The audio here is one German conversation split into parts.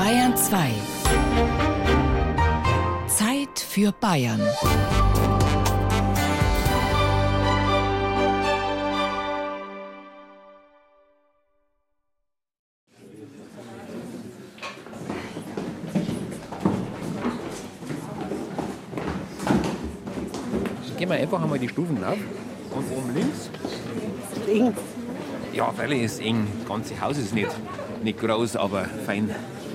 Bayern 2. Zeit für Bayern. Gehen wir einfach einmal die Stufen rauf. Und oben links. Eng. Ja, freilich ist eng. Das ganze Haus ist nicht groß, aber fein.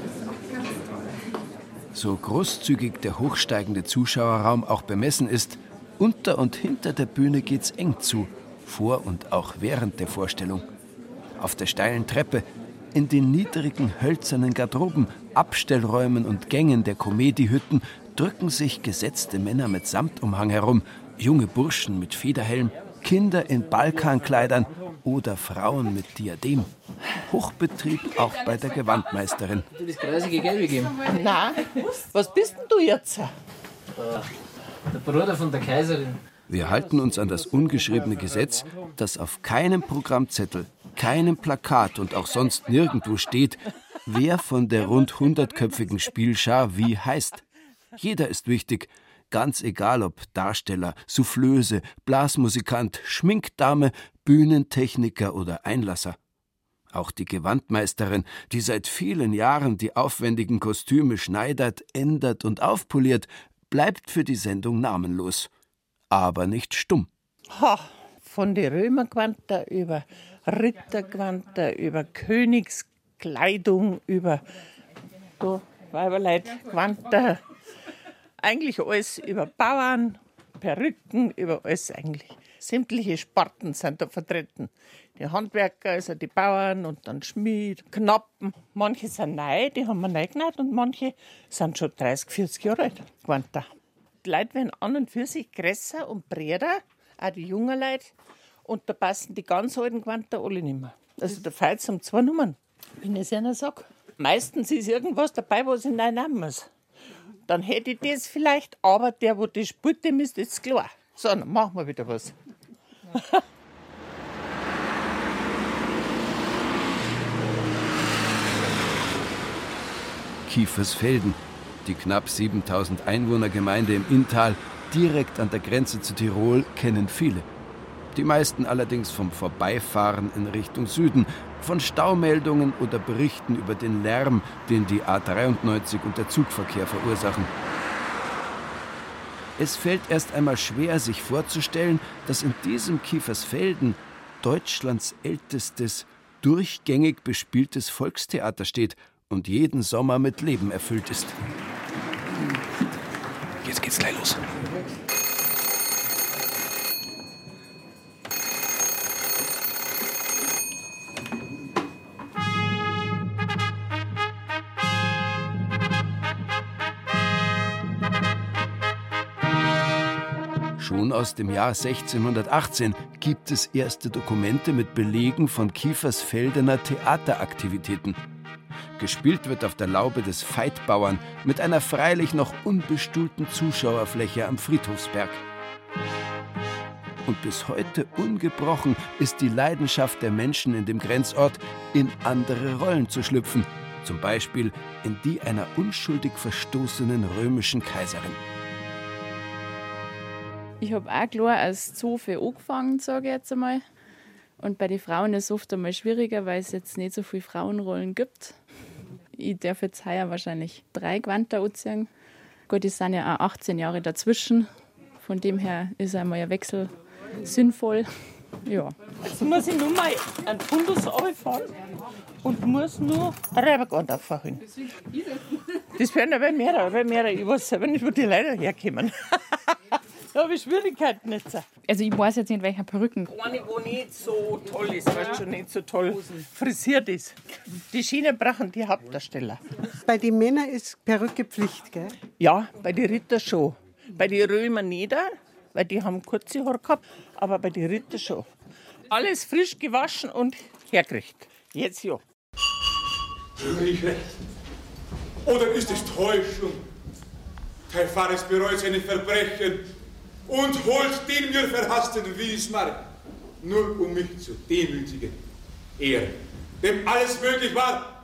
So großzügig der hochsteigende Zuschauerraum auch bemessen ist, unter und hinter der Bühne geht's eng zu, vor und auch während der Vorstellung. Auf der steilen Treppe, in den niedrigen hölzernen Garderoben, Abstellräumen und Gängen der Komediehütten drücken sich gesetzte Männer mit Samtumhang herum, junge Burschen mit Federhelm, Kinder in Balkankleidern oder Frauen mit Diadem. Hochbetrieb auch bei der Gewandmeisterin. Du das kreisige Geld gegeben? Nein, was bist denn du jetzt? Der Bruder von der Kaiserin. Wir halten uns an das ungeschriebene Gesetz, dass auf keinem Programmzettel, keinem Plakat und auch sonst nirgendwo steht, wer von der rund 100-köpfigen Spielschar wie heißt. Jeder ist wichtig, ganz egal ob Darsteller, Soufflöse, Blasmusikant, Schminkdame, Bühnentechniker oder Einlasser. Auch die Gewandmeisterin, die seit vielen Jahren die aufwendigen Kostüme schneidert, ändert und aufpoliert, bleibt für die Sendung namenlos. Aber nicht stumm. Ha, von den Römergewandter über Rittergewandter, über Königskleidung, über Weiberleitgewandter. Eigentlich alles über Bauern, Perücken, über alles eigentlich. Sämtliche Sparten sind da vertreten. Die Handwerker, also die Bauern und dann Schmied, Knappen. Manche sind neu, die haben wir neu genannt und manche sind schon 30, 40 Jahre alt. Gewandter. Die Leute werden an und für sich größer und breiter, auch die jungen Leute. Und da passen die ganz alten Gewandter alle nicht mehr. Also da fehlt es um 2 Nummern. Wenn ich es einer sage. Meistens ist irgendwas dabei, was ich neu nehmen muss. Dann hätte ich das vielleicht, aber der, der das spielt, dem ist jetzt klar. So, dann machen wir wieder was. Kiefersfelden, die knapp 7000 Einwohnergemeinde im Inntal, direkt an der Grenze zu Tirol, kennen viele. Die meisten allerdings vom Vorbeifahren in Richtung Süden, von Staumeldungen oder Berichten über den Lärm, den die A93 und der Zugverkehr verursachen. Es fällt erst einmal schwer, sich vorzustellen, dass in diesem Kiefersfelden Deutschlands ältestes, durchgängig bespieltes Volkstheater steht und jeden Sommer mit Leben erfüllt ist. Jetzt geht's gleich los. Schon aus dem Jahr 1618 gibt es erste Dokumente mit Belegen von Kiefersfeldener Theateraktivitäten. Gespielt wird auf der Laube des Veitbauern mit einer freilich noch unbestuhlten Zuschauerfläche am Friedhofsberg. Und bis heute ungebrochen ist die Leidenschaft der Menschen in dem Grenzort, in andere Rollen zu schlüpfen, zum Beispiel in die einer unschuldig verstoßenen römischen Kaiserin. Ich habe auch klar als Zofe angefangen, sage ich jetzt einmal. Und bei den Frauen ist es oft einmal schwieriger, weil es jetzt nicht so viele Frauenrollen gibt. Ich darf jetzt heuer wahrscheinlich 3 Gewandter anziehen. Gut, es sind ja auch 18 Jahre dazwischen. Von dem her ist einmal ein Wechsel sinnvoll. Ja. Jetzt muss ich nur mal einen Fundus runterfahren und muss nur ein Reibergewand auffahren. Das werden aber mehrere. Ich weiß selber nicht, wo die Leute herkommen. Da habe ich Schwierigkeiten jetzt. Also ich weiß jetzt nicht, welcher Perücken. Eine, die nicht so toll ist, weißt schon nicht so toll frisiert ist. Die Schiene brauchen die Hauptdarsteller. Bei den Männern ist Perücke Pflicht, gell? Ja, bei den Ritter schon. Bei den Römern nicht, weil die haben kurze Haare gehabt, aber bei den Ritter schon. Alles frisch gewaschen und hergerichtet. Jetzt ja. Höre ich recht? Oder ist es Täuschung? Teifares bereut seine Verbrechen und holt den mir verhassten Wiesmark, nur um mich zu demütigen. Er, dem alles möglich war,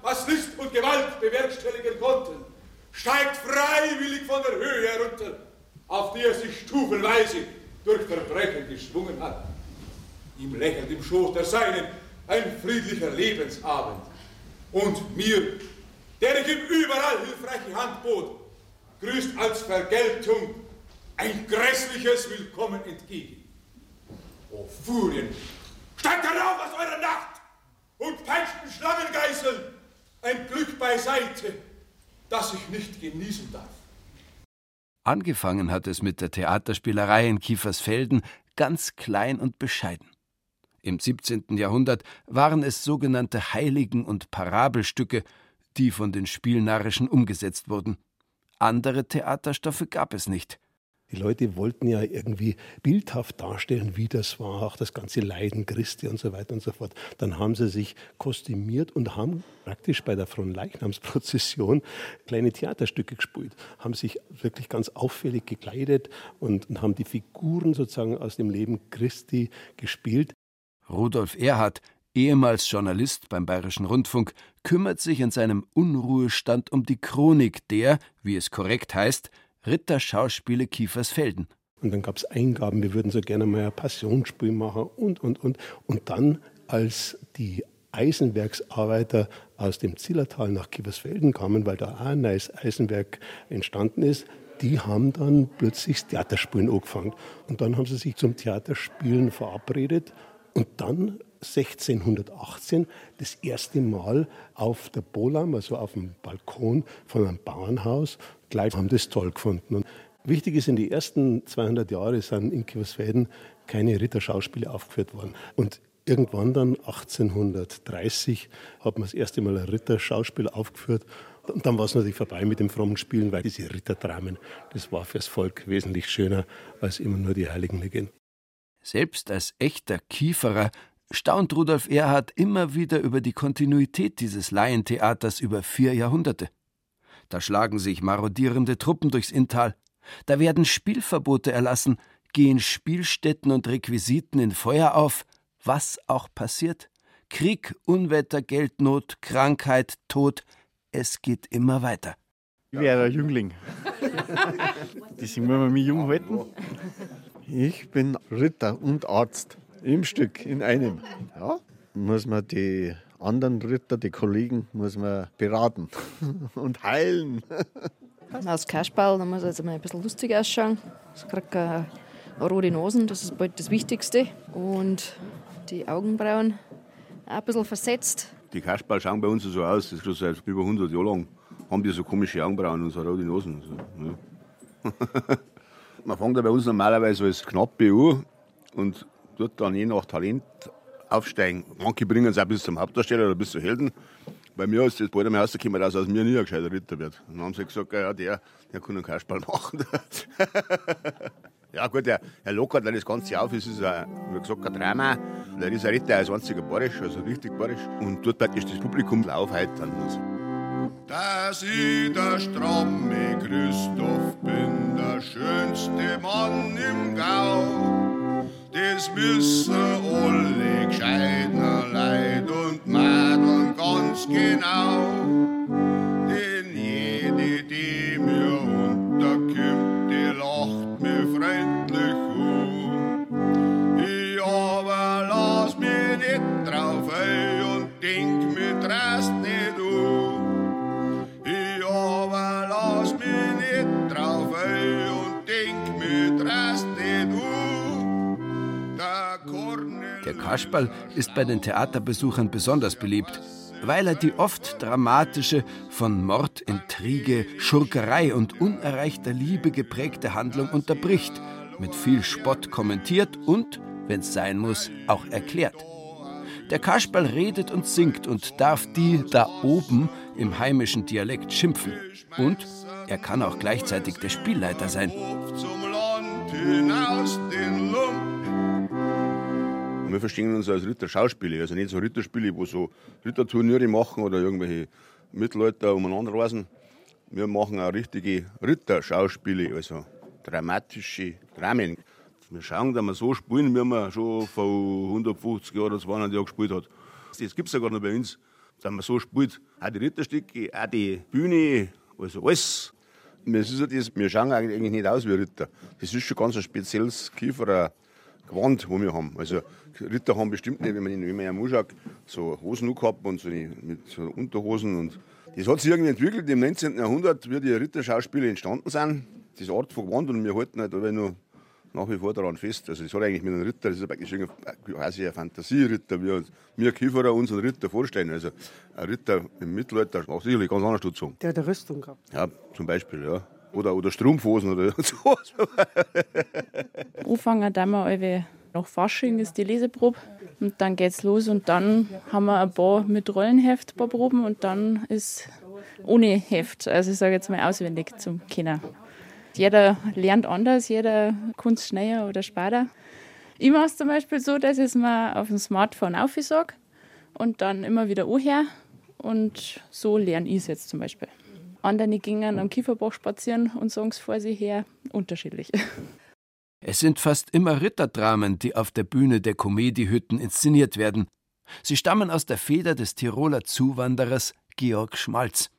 als List und Gewalt bewerkstelligen konnten, steigt freiwillig von der Höhe herunter, auf die er sich stufenweise durch Verbrechen geschwungen hat. Ihm lächelt im Schoß der Seinen ein friedlicher Lebensabend. Und mir, der ich ihm überall hilfreiche Hand bot, grüßt als Vergeltung ein grässliches Willkommen entgegen. O Furien, steigt herauf aus eurer Nacht und peitschten Schlangengeißeln, ein Glück beiseite, das ich nicht genießen darf. Angefangen hat es mit der Theaterspielerei in Kiefersfelden ganz klein und bescheiden. Im 17. Jahrhundert waren es sogenannte Heiligen- und Parabelstücke, die von den Spielnarrischen umgesetzt wurden. Andere Theaterstoffe gab es nicht. Die Leute wollten ja irgendwie bildhaft darstellen, wie das war, auch das ganze Leiden Christi und so weiter und so fort. Dann haben sie sich kostümiert und haben praktisch bei der Fronleichnamsprozession kleine Theaterstücke gespielt, haben sich wirklich ganz auffällig gekleidet und haben die Figuren sozusagen aus dem Leben Christi gespielt. Rudolf Erhard, ehemals Journalist beim Bayerischen Rundfunk, kümmert sich in seinem Unruhestand um die Chronik der, wie es korrekt heißt, Ritterschauspiele Kiefersfelden. Und dann gab es Eingaben, wir würden so gerne mal ein Passionsspiel machen und. Und dann, als die Eisenwerksarbeiter aus dem Zillertal nach Kiefersfelden kamen, weil da auch ein neues Eisenwerk entstanden ist, die haben dann plötzlich das Theaterspielen angefangen. Und dann haben sie sich zum Theaterspielen verabredet und dann 1618 das erste Mal auf der Bolam, also auf dem Balkon von einem Bauernhaus, gleich haben das toll gefunden. Und wichtig ist, in den ersten 200 Jahren sind in Kiefersfelden keine Ritterschauspiele aufgeführt worden. Und irgendwann dann, 1830, hat man das erste Mal ein Ritterschauspiel aufgeführt. Und dann war es natürlich vorbei mit dem frommen Spielen, weil diese Ritterdramen, das war fürs Volk wesentlich schöner als immer nur die heiligen Legenden. Selbst als echter Kieferer staunt Rudolf Erhard immer wieder über die Kontinuität dieses Laientheaters über 4 Jahrhunderte. Da schlagen sich marodierende Truppen durchs Inntal, da werden Spielverbote erlassen, gehen Spielstätten und Requisiten in Feuer auf, was auch passiert. Krieg, Unwetter, Geldnot, Krankheit, Tod, es geht immer weiter. Ich wäre ein Jüngling. Deswegen müssen wir mich jung halten. Ich bin Ritter und Arzt im Stück, in einem. Ja, muss man die anderen Ritter, die Kollegen, muss man beraten und heilen. Aus Kasperl, da muss er jetzt mal ein bisschen lustig ausschauen. Es kriegt rote Nasen, das ist bald das Wichtigste. Und die Augenbrauen auch ein bisschen versetzt. Die Kasperl schauen bei uns so aus, das ist schon seit über 100 Jahren lang. Haben die so komische Augenbrauen und so rote Nasen. So, ja. Man fängt ja bei uns normalerweise als Knappe an und tut dann je nach Talent aufsteigen. Manche bringen es auch bis zum Hauptdarsteller oder bis zu Helden. Bei mir ist das bald einmal rausgekommen, dass aus mir nie ein gescheiter Ritter wird. Und dann haben sie gesagt, ja, der kann einen Kasperl machen. Ja gut, er lockert das Ganze auf. Es ist, wie gesagt, ein Drama. Der ist ein Ritter, er ist einziger bayerisch, also richtig bayerisch. Und tut praktisch das Publikum aufheitern. Dass ich der stramme Christoph bin, der schönste Mann im Gau. Das wissen alle gescheiten Leid und Mädeln ganz genau. Denn jede, die mir unterkommt, die lacht mich freundlich an. Ich aber lass mich nicht drauf ein und denk mir drast nicht an. Ich aber lass mich nicht drauf ein und denk mir drast nicht an. Der Kasperl ist bei den Theaterbesuchern besonders beliebt, weil er die oft dramatische, von Mord, Intrige, Schurkerei und unerreichter Liebe geprägte Handlung unterbricht, mit viel Spott kommentiert und, wenn es sein muss, auch erklärt. Der Kasperl redet und singt und darf die da oben im heimischen Dialekt schimpfen. Und er kann auch gleichzeitig der Spielleiter sein. Wir verstehen uns als Ritterschauspiele, also nicht so Ritterspiele, wo so Ritterturniere machen oder irgendwelche Mittelalter umeinander reisen. Wir machen auch richtige Ritterschauspiele, also dramatische Dramen. Wir schauen, dass wir so spielen, wie man schon vor 150 Jahren oder 200 Jahren gespielt hat. Das gibt es ja gar nicht bei uns. dass man so spielt. Auch die Ritterstücke, auch die Bühne, also alles. Das ist ja das, wir schauen eigentlich nicht aus wie Ritter. Das ist schon ganz ein spezielles Kieferer Gewand, das wir haben. Also Ritter haben bestimmt nicht, wenn man ja anschaut, so Hosen gehabt und so mit so Unterhosen. Und das hat sich irgendwie entwickelt im 19. Jahrhundert, wie die Ritterschauspiele entstanden sind. Das Art von Gewand, und wir halten halt aber noch nach wie vor daran fest. Also das hat eigentlich mit einem Ritter, das ist praktisch quasi ein Fantasieritter, wie wir Kieferer uns einen Ritter vorstellen. Also ein Ritter im Mittelalter auch sicherlich ganz anders dazu. Der hat eine Rüstung gehabt. Ja, zum Beispiel, ja. Oder Strumpfhosen oder so. Anfangen dann wir nach Fasching ist die Leseprobe und dann geht's los und dann haben wir ein paar mit Rollenheft, ein paar Proben und dann ist ohne Heft, also ich sage jetzt mal auswendig zum Kennen. Jeder lernt anders, jeder kann es schneller oder später. Ich mache es zum Beispiel so, dass ich es mir auf dem Smartphone aufsage und dann immer wieder anhöre und so lerne ich es jetzt zum Beispiel. Andere gingen am Kieferbach spazieren und sagen es vor sich her, unterschiedlich. Es sind fast immer Ritterdramen, die auf der Bühne der Komediehütten inszeniert werden. Sie stammen aus der Feder des Tiroler Zuwanderers Georg Schmalz.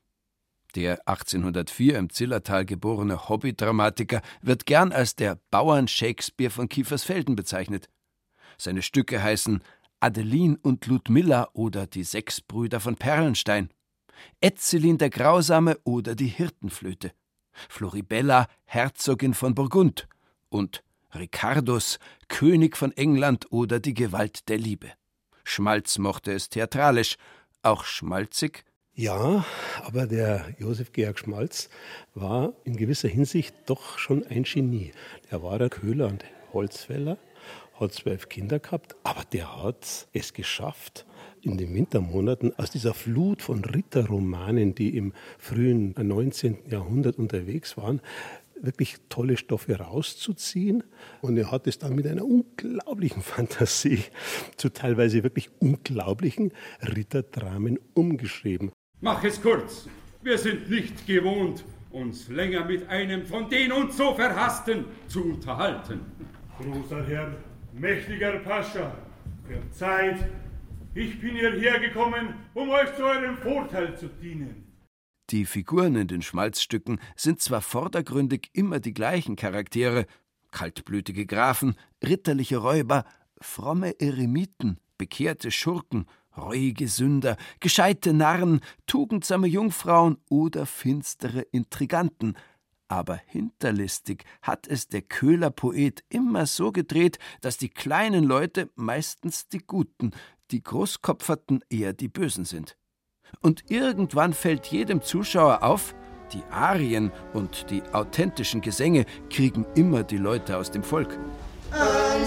Der 1804 im Zillertal geborene Hobbydramatiker wird gern als der Bauern-Shakespeare von Kiefersfelden bezeichnet. Seine Stücke heißen Adeline und Ludmilla oder die 6 Brüder von Perlenstein, Etzelin der Grausame oder die Hirtenflöte, Floribella, Herzogin von Burgund und Ricardus, König von England oder die Gewalt der Liebe. Schmalz mochte es theatralisch, auch schmalzig. Ja, aber der Josef Georg Schmalz war in gewisser Hinsicht doch schon ein Genie. Der war der Köhler und Holzfäller, hat 12 Kinder gehabt, aber der hat es geschafft, in den Wintermonaten aus dieser Flut von Ritterromanen, die im frühen 19. Jahrhundert unterwegs waren, wirklich tolle Stoffe rauszuziehen. Und er hat es dann mit einer unglaublichen Fantasie zu teilweise wirklich unglaublichen Ritterdramen umgeschrieben. Mach es kurz. Wir sind nicht gewohnt, uns länger mit einem von den uns so Verhassten zu unterhalten. Großer Herr, mächtiger Pascha, verzeiht, ich bin hierher gekommen, um euch zu eurem Vorteil zu dienen. Die Figuren in den Schmalzstücken sind zwar vordergründig immer die gleichen Charaktere, kaltblütige Grafen, ritterliche Räuber, fromme Eremiten, bekehrte Schurken, reuige Sünder, gescheite Narren, tugendsame Jungfrauen oder finstere Intriganten. Aber hinterlistig hat es der Köhler Poet immer so gedreht, dass die kleinen Leute meistens die Guten, die Großkopferten eher die Bösen sind. Und irgendwann fällt jedem Zuschauer auf, die Arien und die authentischen Gesänge kriegen immer die Leute aus dem Volk. Ein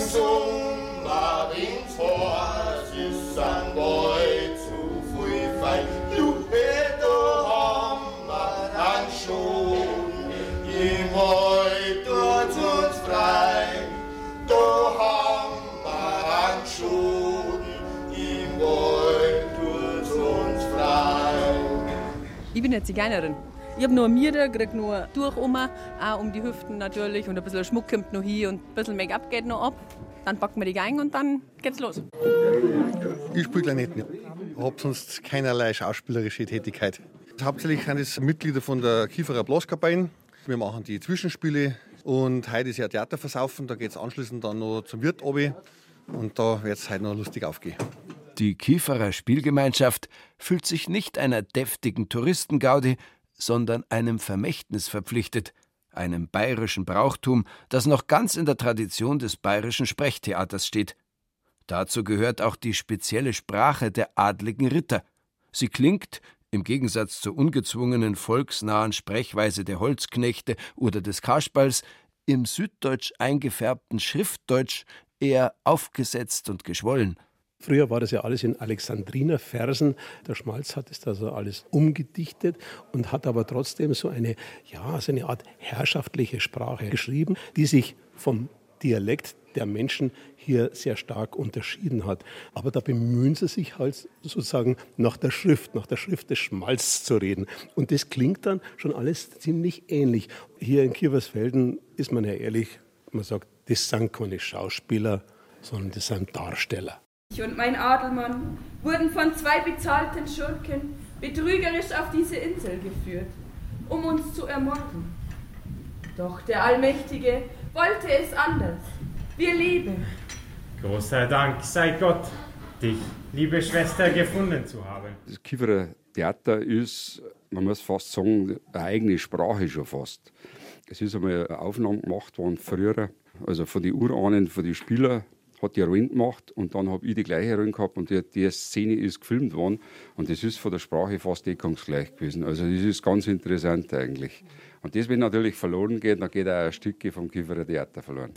Sommer in Fors ist ein Boy zu viel fein. Du hättest Hammer an schon, im Heu tut's uns frei. Du Hammer an schon, im Heu tut's uns frei. Ich bin eine Zigeunerin. Ich habe nur eine Miete, kriege nur Tuch auch um die Hüften natürlich und ein bisschen Schmuck kommt noch hin und ein bisschen Make-up geht noch ab. Dann packen wir die Gang und dann geht's los. Ich spiele Klarinetten. Ich habe sonst keinerlei schauspielerische Tätigkeit. Hauptsächlich sind es Mitglieder von der Kieferer Blaskapelle. Wir machen die Zwischenspiele und heute ist ja Theaterversaufen. Da geht es anschließend dann noch zum Wirt runter und da wird es heute noch lustig aufgehen. Die Kieferer Spielgemeinschaft fühlt sich nicht einer deftigen Touristengaudi, sondern einem Vermächtnis verpflichtet, einem bayerischen Brauchtum, das noch ganz in der Tradition des bayerischen Sprechtheaters steht. Dazu gehört auch die spezielle Sprache der adligen Ritter. Sie klingt, im Gegensatz zur ungezwungenen volksnahen Sprechweise der Holzknechte oder des Kasperls, im süddeutsch eingefärbten Schriftdeutsch eher aufgesetzt und geschwollen. Früher war das ja alles in Alexandriner-Versen. Der Schmalz hat es also alles umgedichtet und hat aber trotzdem so eine Art herrschaftliche Sprache geschrieben, die sich vom Dialekt der Menschen hier sehr stark unterschieden hat. Aber da bemühen sie sich halt sozusagen nach der Schrift des Schmalz zu reden. Und das klingt dann schon alles ziemlich ähnlich. Hier in Kiefersfelden ist man ja ehrlich, man sagt, das sind keine Schauspieler, sondern das sind Darsteller. Ich und mein Adelmann wurden von 2 bezahlten Schurken betrügerisch auf diese Insel geführt, um uns zu ermorden. Doch der Allmächtige wollte es anders. Wir leben. Großer Dank sei Gott, dich, liebe Schwester, gefunden zu haben. Das Kieferer Theater ist, man muss fast sagen, eine eigene Sprache schon fast. Es ist einmal eine Aufnahme gemacht worden früher, also von den Urahnen, von den Spielern, hat die Rollen gemacht und dann habe ich die gleiche Rolle gehabt und die Szene ist gefilmt worden und das ist von der Sprache fast deckungsgleich gewesen. Also das ist ganz interessant eigentlich. Und das, wenn natürlich verloren geht, dann geht auch ein Stück vom Kieferer Theater verloren.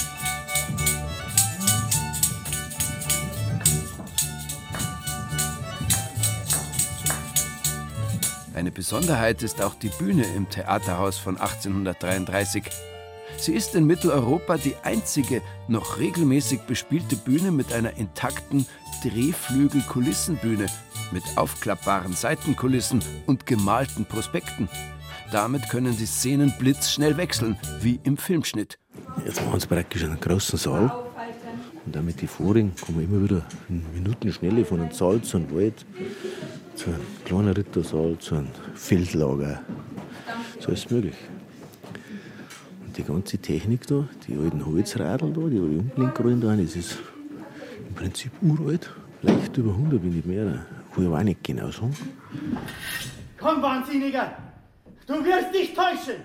Eine Besonderheit ist auch die Bühne im Theaterhaus von 1833. Sie ist in Mitteleuropa die einzige noch regelmäßig bespielte Bühne mit einer intakten Drehflügel-Kulissenbühne mit aufklappbaren Seitenkulissen und gemalten Prospekten. Damit können die Szenen blitzschnell wechseln, wie im Filmschnitt. Jetzt machen sie praktisch einen großen Saal. Und auch mit den Vorigen kann man immer wieder in Minutenschnelle von einem Saal zu einem Wald, zu einem kleinen Rittersaal, zu einem Feldlager. So ist es möglich. Und die ganze Technik da, die alten Holzradl da, die alten Umlenkrollen da, das ist im Prinzip uralt. Leicht über 100, wenn nicht mehr. Kann ich aber auch nicht genau sagen. Komm, Wahnsinniger! Du wirst dich täuschen!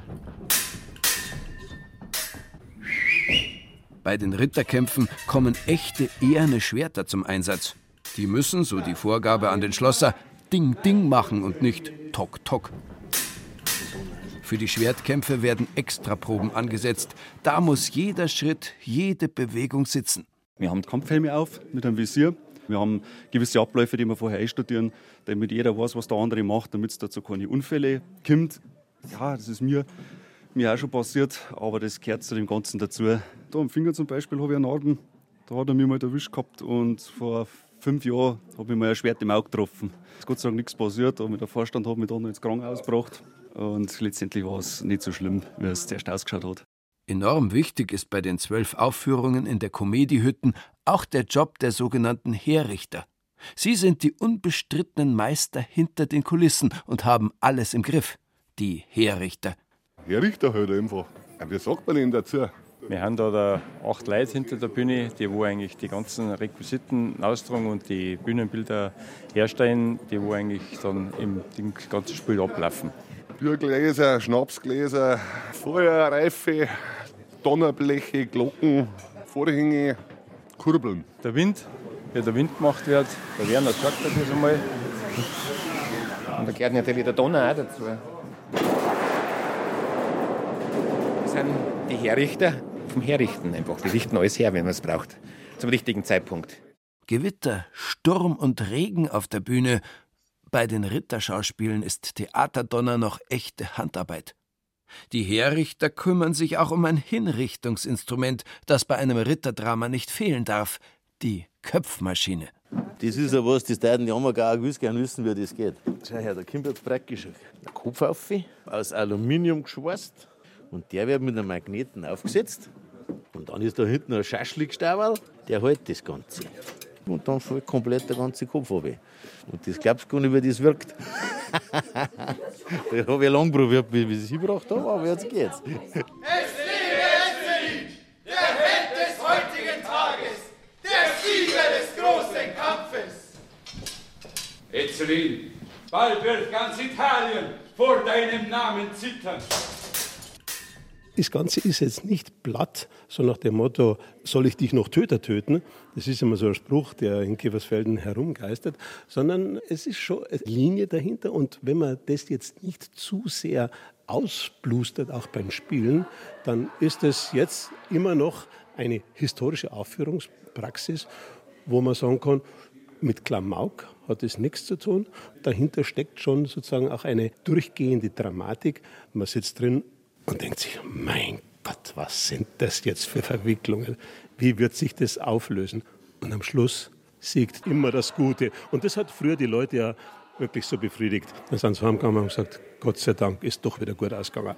Bei den Ritterkämpfen kommen echte eherne Schwerter zum Einsatz. Die müssen, so die Vorgabe an den Schlosser, Ding, Ding machen und nicht Tok, Tok. Für die Schwertkämpfe werden Extraproben angesetzt. Da muss jeder Schritt, jede Bewegung sitzen. Wir haben Kampfhelme auf mit einem Visier. Wir haben gewisse Abläufe, die wir vorher einstudieren, damit jeder weiß, was der andere macht, damit es dazu keine Unfälle kommt. Ja, das ist mir auch schon passiert, aber das gehört zu dem Ganzen dazu. Da am Finger zum Beispiel habe ich einen Narben, da hat er mich mal erwischt gehabt und vor 5 Jahren habe ich mal ein Schwert im Auge getroffen. Es ist Gott sei Dank nichts passiert, aber der Vorstand hat mich dann ins Krankenhaus gebracht und letztendlich war es nicht so schlimm, wie es zuerst ausgeschaut hat. Enorm wichtig ist bei den 12 Aufführungen in der Komediehütten auch der Job der sogenannten Heerrichter. Sie sind die unbestrittenen Meister hinter den Kulissen und haben alles im Griff. Die Heerrichter. Heerrichter halt einfach. Wie sagt man denn dazu? Wir haben da 8 Leute hinter der Bühne, die wo eigentlich die ganzen Requisiten austragen und die Bühnenbilder herstellen, die wo eigentlich dann im ganzen Spiel ablaufen. Biergläser, Schnapsgläser, Feuerreife, Donnerbleche, Glocken, Vorhänge, Kurbeln. Der Wind, wie der Wind gemacht wird, der Werner sagt das einmal. Und da gehört natürlich der Donner auch dazu. Das sind die Herrichter vom Herrichten einfach. Die richten alles her, wenn man es braucht. Zum richtigen Zeitpunkt. Gewitter, Sturm und Regen auf der Bühne. Bei den Ritterschauspielen ist Theaterdonner noch echte Handarbeit. Die Heerrichter kümmern sich auch um ein Hinrichtungsinstrument, das bei einem Ritterdrama nicht fehlen darf: die Köpfmaschine. Das ist ja was, das würden die Ammergauer gerne wissen, wie das geht. Schau her, da kommt jetzt praktisch ein Kopf auf, aus Aluminium geschweißt. Und der wird mit einem Magneten aufgesetzt. Und dann ist da hinten ein Schaschlikstauberl, der hält das Ganze. Und dann fällt komplett der ganze Kopf runter. Und das glaubst du gar nicht, wie das wirkt. Das habe ich lange probiert, bis ich es hingebracht habe, aber jetzt geht's. Es lebe Etzelin, der Held des heutigen Tages, der Sieger des großen Kampfes. Etzelin, bald wird ganz Italien vor deinem Namen zittern. Das Ganze ist jetzt nicht platt, so nach dem Motto, soll ich dich noch Töter töten? Das ist immer so ein Spruch, der in Kiefersfelden herumgeistert, sondern es ist schon eine Linie dahinter. Und wenn man das jetzt nicht zu sehr ausblustert, auch beim Spielen, dann ist es jetzt immer noch eine historische Aufführungspraxis, wo man sagen kann, mit Klamauk hat es nichts zu tun. Dahinter steckt schon sozusagen auch eine durchgehende Dramatik. Man sitzt drin und denkt sich, mein Gott, was sind das jetzt für Verwicklungen? Wie wird sich das auflösen? Und am Schluss siegt immer das Gute. Und das hat früher die Leute ja wirklich so befriedigt. Dann sind sie heimgegangen und gesagt, Gott sei Dank ist doch wieder gut ausgegangen.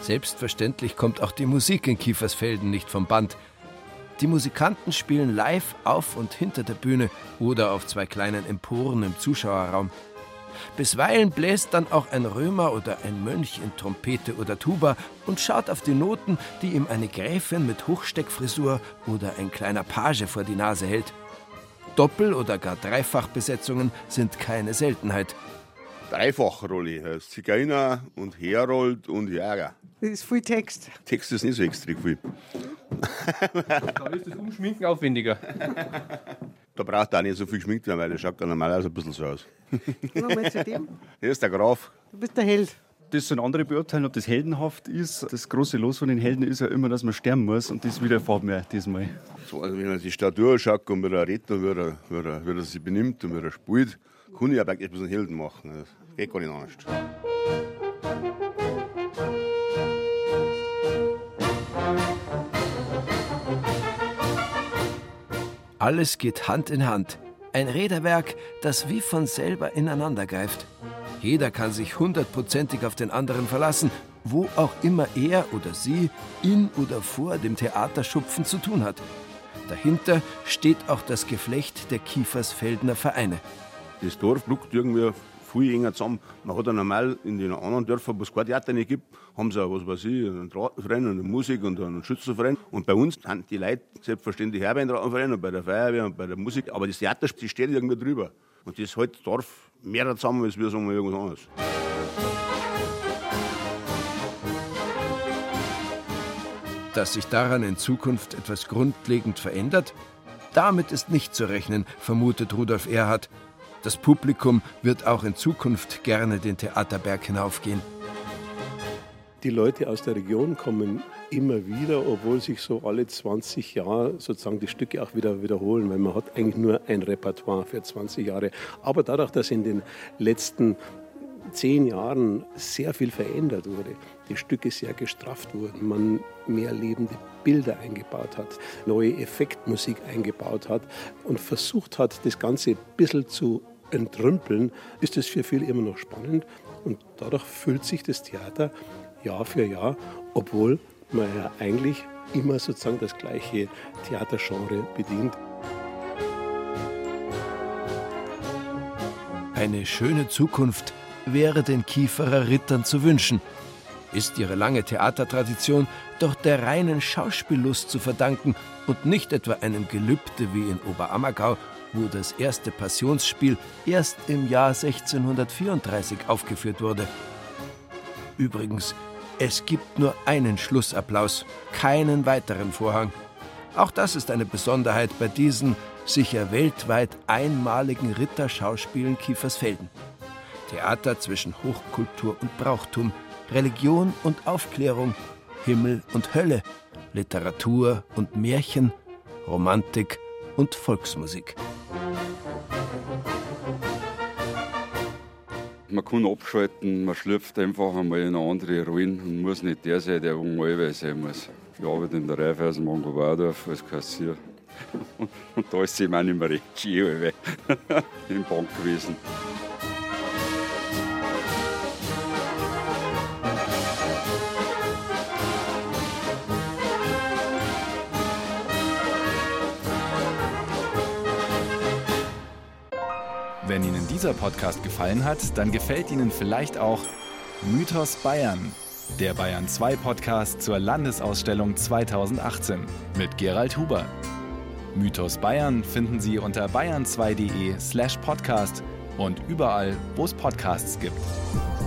Selbstverständlich kommt auch die Musik in Kiefersfelden nicht vom Band. Die Musikanten spielen live auf und hinter der Bühne oder auf 2 kleinen Emporen im Zuschauerraum. Bisweilen bläst dann auch ein Römer oder ein Mönch in Trompete oder Tuba und schaut auf die Noten, die ihm eine Gräfin mit Hochsteckfrisur oder ein kleiner Page vor die Nase hält. Doppel- oder gar Dreifachbesetzungen sind keine Seltenheit. Dreifachrolle heißt Zigeuner und Herold und Jäger. Das ist viel Text. Text ist nicht so extrem viel. Da ist das Umschminken aufwendiger. Da braucht er auch nicht so viel geschminkt werden, weil der schaut dann normalerweise ein bisschen so aus. Nochmal zu dem. Der ist der Graf. Du bist der Held. Das sollen andere beurteilen, ob das heldenhaft ist. Das große Los von den Helden ist ja immer, dass man sterben muss. Und das widerfährt mir diesmal. So, also wenn er die Statur schaut und wie er redet und wie er sich benimmt und wie er spielt, kann ich aber echt ein bisschen Helden machen. Das geht gar nicht anders. Alles geht Hand in Hand. Ein Räderwerk, das wie von selber ineinander greift. Jeder kann sich 100%ig auf den anderen verlassen, wo auch immer er oder sie in oder vor dem Theaterschupfen zu tun hat. Dahinter steht auch das Geflecht der Kiefersfeldener Vereine. Das Dorf rückt irgendwie viel enger zusammen. Man hat ja normal in den anderen Dörfern, wo es kein Theater nicht gibt, haben sie auch, was weiß ich, einen Drahtverein und eine Musik und einen Schützenverein. Und bei uns sind die Leute selbstverständlich auch beim Drahtverein und bei der Feuerwehr und bei der Musik. Aber das Theater, die steht irgendwie drüber. Und das hält das Dorf mehr zusammen, als wir sagen wir irgendwas anderes. Dass sich daran in Zukunft etwas grundlegend verändert? Damit ist nicht zu rechnen, vermutet Rudolf Erhard. Das Publikum wird auch in Zukunft gerne den Theaterberg hinaufgehen. Die Leute aus der Region kommen immer wieder, obwohl sich so alle 20 Jahre sozusagen die Stücke auch wieder wiederholen, weil man hat eigentlich nur ein Repertoire für 20 Jahre. Aber dadurch, dass in den letzten 10 Jahren sehr viel verändert wurde, die Stücke sehr gestrafft wurden, man mehr lebende Bilder eingebaut hat, neue Effektmusik eingebaut hat und versucht hat, das Ganze ein bisschen zu entrümpeln, ist es für viele immer noch spannend und dadurch füllt sich das Theater Jahr für Jahr, obwohl man ja eigentlich immer sozusagen das gleiche Theatergenre bedient. Eine schöne Zukunft wäre den Kieferer Rittern zu wünschen. Ist ihre lange Theatertradition doch der reinen Schauspiellust zu verdanken und nicht etwa einem Gelübde wie in Oberammergau, wo das erste Passionsspiel erst im Jahr 1634 aufgeführt wurde. Übrigens, es gibt nur einen Schlussapplaus, keinen weiteren Vorhang. Auch das ist eine Besonderheit bei diesen sicher weltweit einmaligen Ritterschauspielen Kiefersfelden. Theater zwischen Hochkultur und Brauchtum, Religion und Aufklärung, Himmel und Hölle, Literatur und Märchen, Romantik und Volksmusik. Man kann abschalten, man schlüpft einfach einmal in eine andere Rollen und muss nicht der sein, der irgendwann sein muss. Ich arbeite in der Raiffeisenbank Oberdorf als Kassier. Und da ist es eben auch nicht mehr recht schön im Bankwesen. Wenn Ihnen dieser Podcast gefallen hat, dann gefällt Ihnen vielleicht auch Mythos Bayern, der Bayern 2 Podcast zur Landesausstellung 2018 mit Gerald Huber. Mythos Bayern finden Sie unter bayern2.de/podcast und überall, wo es Podcasts gibt.